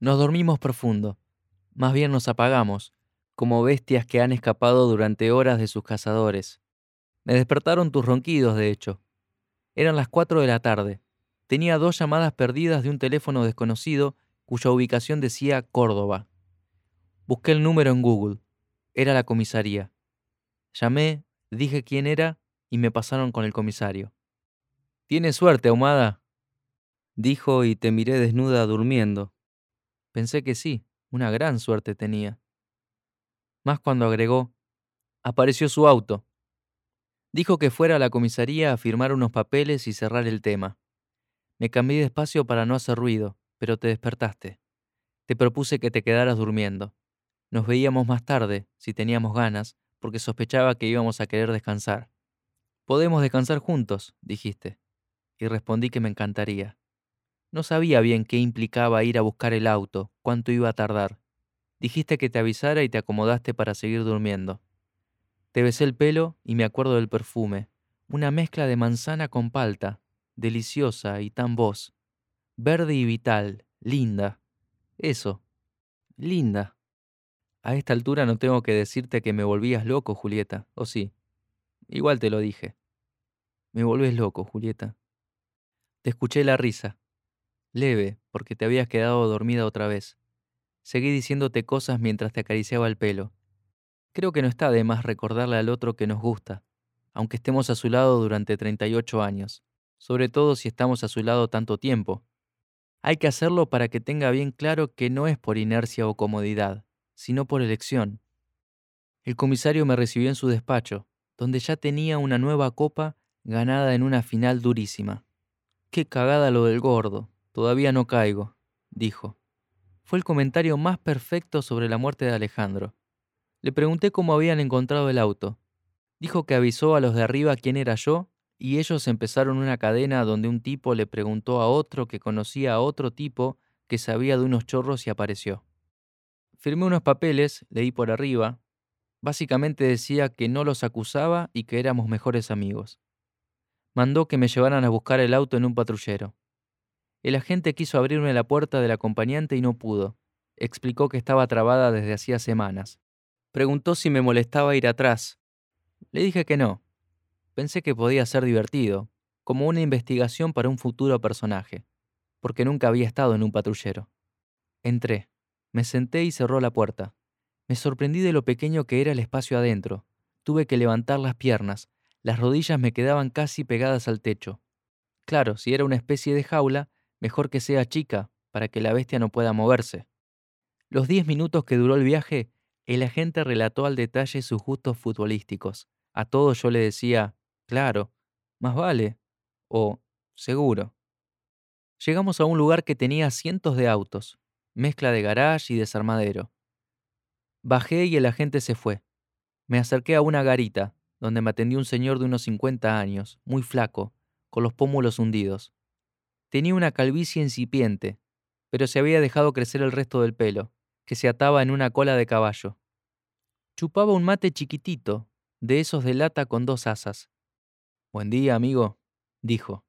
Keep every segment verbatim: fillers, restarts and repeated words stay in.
Nos dormimos profundo, más bien nos apagamos, como bestias que han escapado durante horas de sus cazadores. Me despertaron tus ronquidos, de hecho. Eran las cuatro de la tarde. Tenía dos llamadas perdidas de un teléfono desconocido cuya ubicación decía Córdoba. Busqué el número en Google. Era la comisaría. Llamé, dije quién era y me pasaron con el comisario. «Tienes suerte, ahumada», dijo y te miré desnuda durmiendo. Pensé que sí, una gran suerte tenía. Más cuando agregó, apareció su auto. Dijo que fuera a la comisaría a firmar unos papeles y cerrar el tema. Me cambié despacio para no hacer ruido, pero te despertaste. Te propuse que te quedaras durmiendo. Nos veíamos más tarde, si teníamos ganas, porque sospechaba que íbamos a querer descansar. Podemos descansar juntos, dijiste, y respondí que me encantaría. No sabía bien qué implicaba ir a buscar el auto, cuánto iba a tardar. Dijiste que te avisara y te acomodaste para seguir durmiendo. Te besé el pelo y me acuerdo del perfume, una mezcla de manzana con palta, deliciosa y tan vos, verde y vital, linda. Eso, linda. A esta altura no tengo que decirte que me volvías loco, Julieta, ¿o sí? Igual te lo dije. Me volvés loco, Julieta. Te escuché la risa, leve, porque te habías quedado dormida otra vez. Seguí diciéndote cosas mientras te acariciaba el pelo. Creo que no está de más recordarle al otro que nos gusta, aunque estemos a su lado durante treinta y ocho años, sobre todo si estamos a su lado tanto tiempo. Hay que hacerlo para que tenga bien claro que no es por inercia o comodidad, sino por elección. El comisario me recibió en su despacho, donde ya tenía una nueva copa ganada en una final durísima. «Qué cagada lo del gordo, todavía no caigo», dijo. Fue el comentario más perfecto sobre la muerte de Alejandro. Le pregunté cómo habían encontrado el auto. Dijo que avisó a los de arriba quién era yo y ellos empezaron una cadena donde un tipo le preguntó a otro que conocía a otro tipo que sabía de unos chorros y apareció. Firmé unos papeles, leí por arriba. Básicamente decía que no los acusaba y que éramos mejores amigos. Mandó que me llevaran a buscar el auto en un patrullero. El agente quiso abrirme la puerta del acompañante y no pudo. Explicó que estaba trabada desde hacía semanas. Preguntó si me molestaba ir atrás. Le dije que no. Pensé que podía ser divertido, como una investigación para un futuro personaje, porque nunca había estado en un patrullero. Entré, me senté y cerró la puerta. Me sorprendí de lo pequeño que era el espacio adentro. Tuve que levantar las piernas, las rodillas me quedaban casi pegadas al techo. Claro, si era una especie de jaula, mejor que sea chica, para que la bestia no pueda moverse. Los diez minutos que duró el viaje, el agente relató al detalle sus gustos futbolísticos. A todos yo le decía, claro, más vale, o seguro. Llegamos a un lugar que tenía cientos de autos, mezcla de garage y desarmadero. Bajé y el agente se fue. Me acerqué a una garita, donde me atendió un señor de unos cincuenta años, muy flaco, con los pómulos hundidos. Tenía una calvicie incipiente, pero se había dejado crecer el resto del pelo, que se ataba en una cola de caballo. Chupaba un mate chiquitito, de esos de lata con dos asas. «Buen día, amigo», dijo.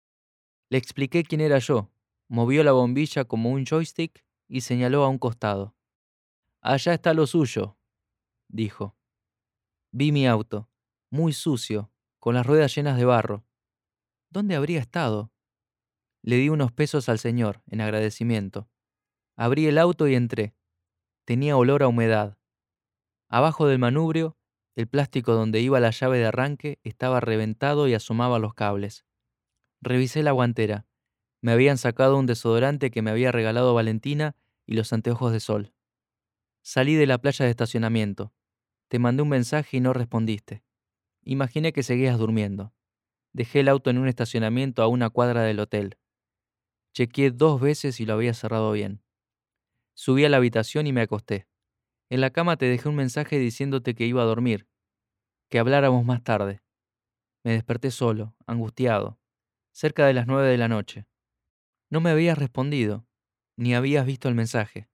Le expliqué quién era yo. Movió la bombilla como un joystick y señaló a un costado. «Allá está lo suyo», dijo. Vi mi auto, muy sucio, con las ruedas llenas de barro. ¿Dónde habría estado? Le di unos pesos al señor, en agradecimiento. Abrí el auto y entré. Tenía olor a humedad. Abajo del manubrio, el plástico donde iba la llave de arranque estaba reventado y asomaba los cables. Revisé la guantera. Me habían sacado un desodorante que me había regalado Valentina y los anteojos de sol. Salí de la playa de estacionamiento. Te mandé un mensaje y no respondiste. Imaginé que seguías durmiendo. Dejé el auto en un estacionamiento a una cuadra del hotel. Chequeé dos veces y lo había cerrado bien. Subí a la habitación y me acosté. En la cama te dejé un mensaje diciéndote que iba a dormir, que habláramos más tarde. Me desperté solo, angustiado, cerca de las nueve de la noche. No me habías respondido, ni habías visto el mensaje.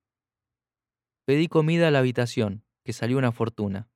Pedí comida a la habitación, que salió una fortuna.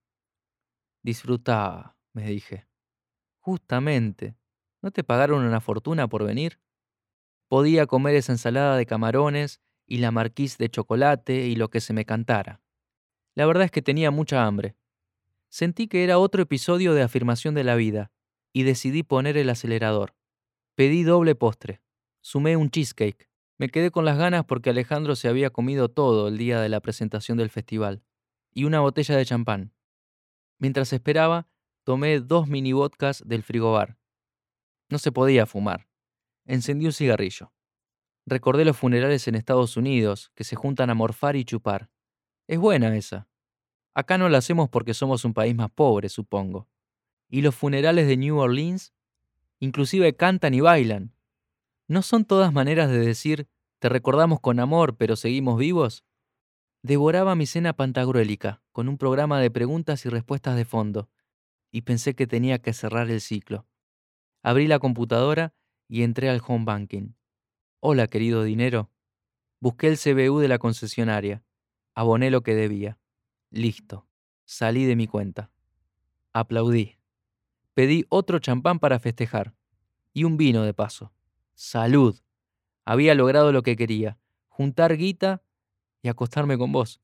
Disfrutá, me dije. Justamente, ¿no te pagaron una fortuna por venir? Podía comer esa ensalada de camarones y la marquise de chocolate y lo que se me cantara. La verdad es que tenía mucha hambre. Sentí que era otro episodio de afirmación de la vida y decidí poner el acelerador. Pedí doble postre. Sumé un cheesecake. Me quedé con las ganas porque Alejandro se había comido todo el día de la presentación del festival. Y una botella de champán. Mientras esperaba, tomé dos mini vodkas del frigobar. No se podía fumar. Encendí un cigarrillo. Recordé los funerales en Estados Unidos, que se juntan a morfar y chupar. Es buena esa. Acá no la hacemos porque somos un país más pobre, supongo. Y los funerales de New Orleans, inclusive cantan y bailan. ¿No son todas maneras de decir, te recordamos con amor, pero seguimos vivos? Devoraba mi cena pantagruélica, con un programa de preguntas y respuestas de fondo, y pensé que tenía que cerrar el ciclo. Abrí la computadora y entré al home banking. Hola, querido dinero. Busqué el C B U de la concesionaria. Aboné lo que debía. Listo. Salí de mi cuenta. Aplaudí. Pedí otro champán para festejar. Y un vino de paso. Salud. Había logrado lo que quería. Juntar guita y acostarme con vos.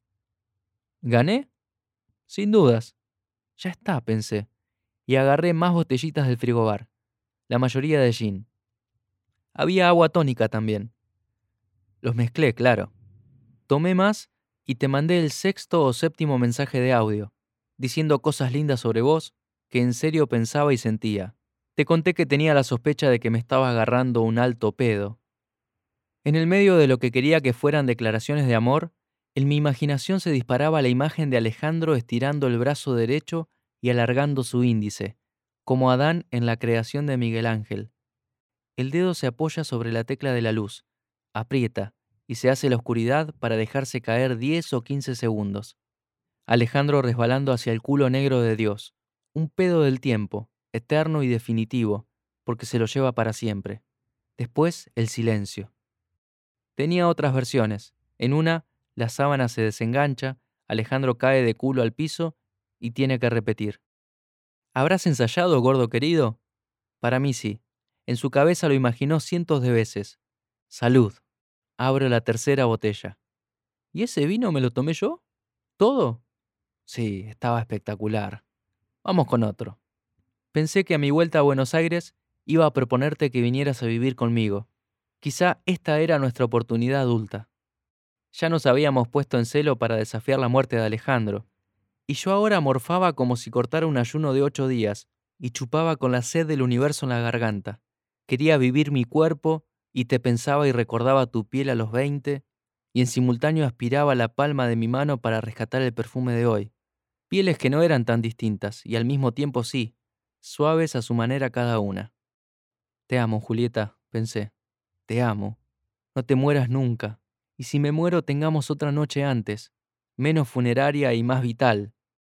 ¿Gané? Sin dudas. Ya está, pensé. Y agarré más botellitas del frigobar. La mayoría de gin. Había agua tónica también. Los mezclé, claro. Tomé más y te mandé el sexto o séptimo mensaje de audio, diciendo cosas lindas sobre vos que en serio pensaba y sentía. Te conté que tenía la sospecha de que me estaba agarrando un alto pedo. En el medio de lo que quería que fueran declaraciones de amor, en mi imaginación se disparaba la imagen de Alejandro estirando el brazo derecho y alargando su índice, como Adán en la creación de Miguel Ángel. El dedo se apoya sobre la tecla de la luz, aprieta y se hace la oscuridad para dejarse caer diez o quince segundos. Alejandro resbalando hacia el culo negro de Dios, un pedo del tiempo, eterno y definitivo, porque se lo lleva para siempre. Después, el silencio. Tenía otras versiones. En una, la sábana se desengancha, Alejandro cae de culo al piso y tiene que repetir. ¿Habrás ensayado, gordo querido? Para mí sí. En su cabeza lo imaginó cientos de veces. Salud. Abro la tercera botella. ¿Y ese vino me lo tomé yo? ¿Todo? Sí, estaba espectacular. Vamos con otro. Pensé que a mi vuelta a Buenos Aires iba a proponerte que vinieras a vivir conmigo. Quizá esta era nuestra oportunidad adulta. Ya nos habíamos puesto en celo para desafiar la muerte de Alejandro, y yo ahora morfaba como si cortara un ayuno de ocho días y chupaba con la sed del universo en la garganta. Quería vivir mi cuerpo y te pensaba y recordaba tu piel a los veinte, y en simultáneo aspiraba la palma de mi mano para rescatar el perfume de hoy. Pieles que no eran tan distintas y al mismo tiempo sí, suaves a su manera cada una. Te amo, Julieta, pensé. Te amo. No te mueras nunca. Y si me muero, tengamos otra noche antes, menos funeraria y más vital.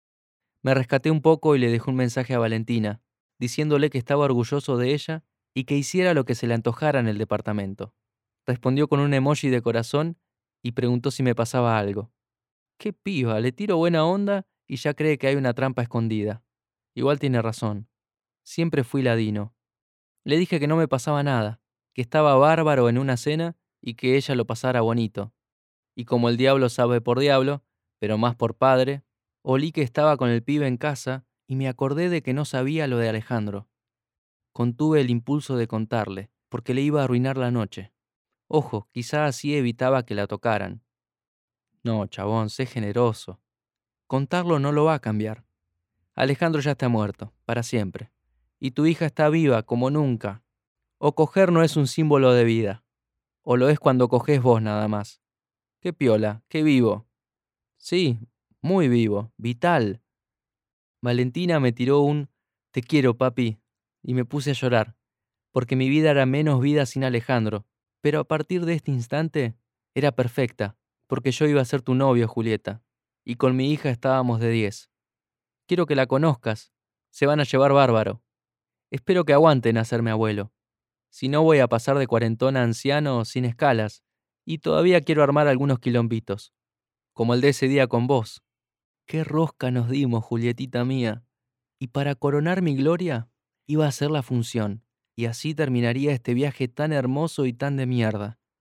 Me rescaté un poco y le dejé un mensaje a Valentina, diciéndole que estaba orgulloso de ella y que hiciera lo que se le antojara en el departamento. Respondió con un emoji de corazón y preguntó si me pasaba algo. Qué piba, le tiro buena onda y ya cree que hay una trampa escondida. Igual tiene razón. Siempre fui ladino. Le dije que no me pasaba nada, que estaba bárbaro en una cena y que ella lo pasara bonito. Y como el diablo sabe por diablo, pero más por padre, olí que estaba con el pibe en casa y me acordé de que no sabía lo de Alejandro. Contuve el impulso de contarle, porque le iba a arruinar la noche. Ojo, quizá así evitaba que la tocaran. No, chabón, sé generoso. Contarlo no lo va a cambiar. Alejandro ya está muerto, para siempre. Y tu hija está viva como nunca. O coger no es un símbolo de vida. O lo es cuando cogés vos nada más. Qué piola, qué vivo. Sí, muy vivo, vital. Valentina me tiró un te quiero, papi, y me puse a llorar, porque mi vida era menos vida sin Alejandro, pero a partir de este instante era perfecta, porque yo iba a ser tu novio, Julieta, y con mi hija estábamos de diez. Quiero que la conozcas, se van a llevar bárbaro. Espero que aguanten a hacerme abuelo. Si no voy a pasar de cuarentón a anciano sin escalas, y todavía quiero armar algunos quilombitos, como el de ese día con vos. Qué rosca nos dimos, Julietita mía. Y para coronar mi gloria, iba a hacer la función, y así terminaría este viaje tan hermoso y tan de mierda.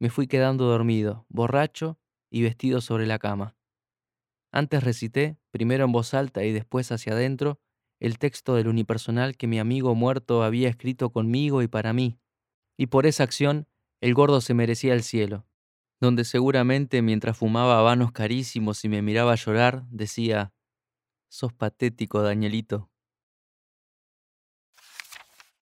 Me fui quedando dormido, borracho y vestido sobre la cama. Antes recité, primero en voz alta y después hacia adentro, el texto del unipersonal que mi amigo muerto había escrito conmigo y para mí. Y por esa acción, el gordo se merecía el cielo, donde seguramente mientras fumaba habanos carísimos y me miraba llorar, decía: «Sos patético, Danielito».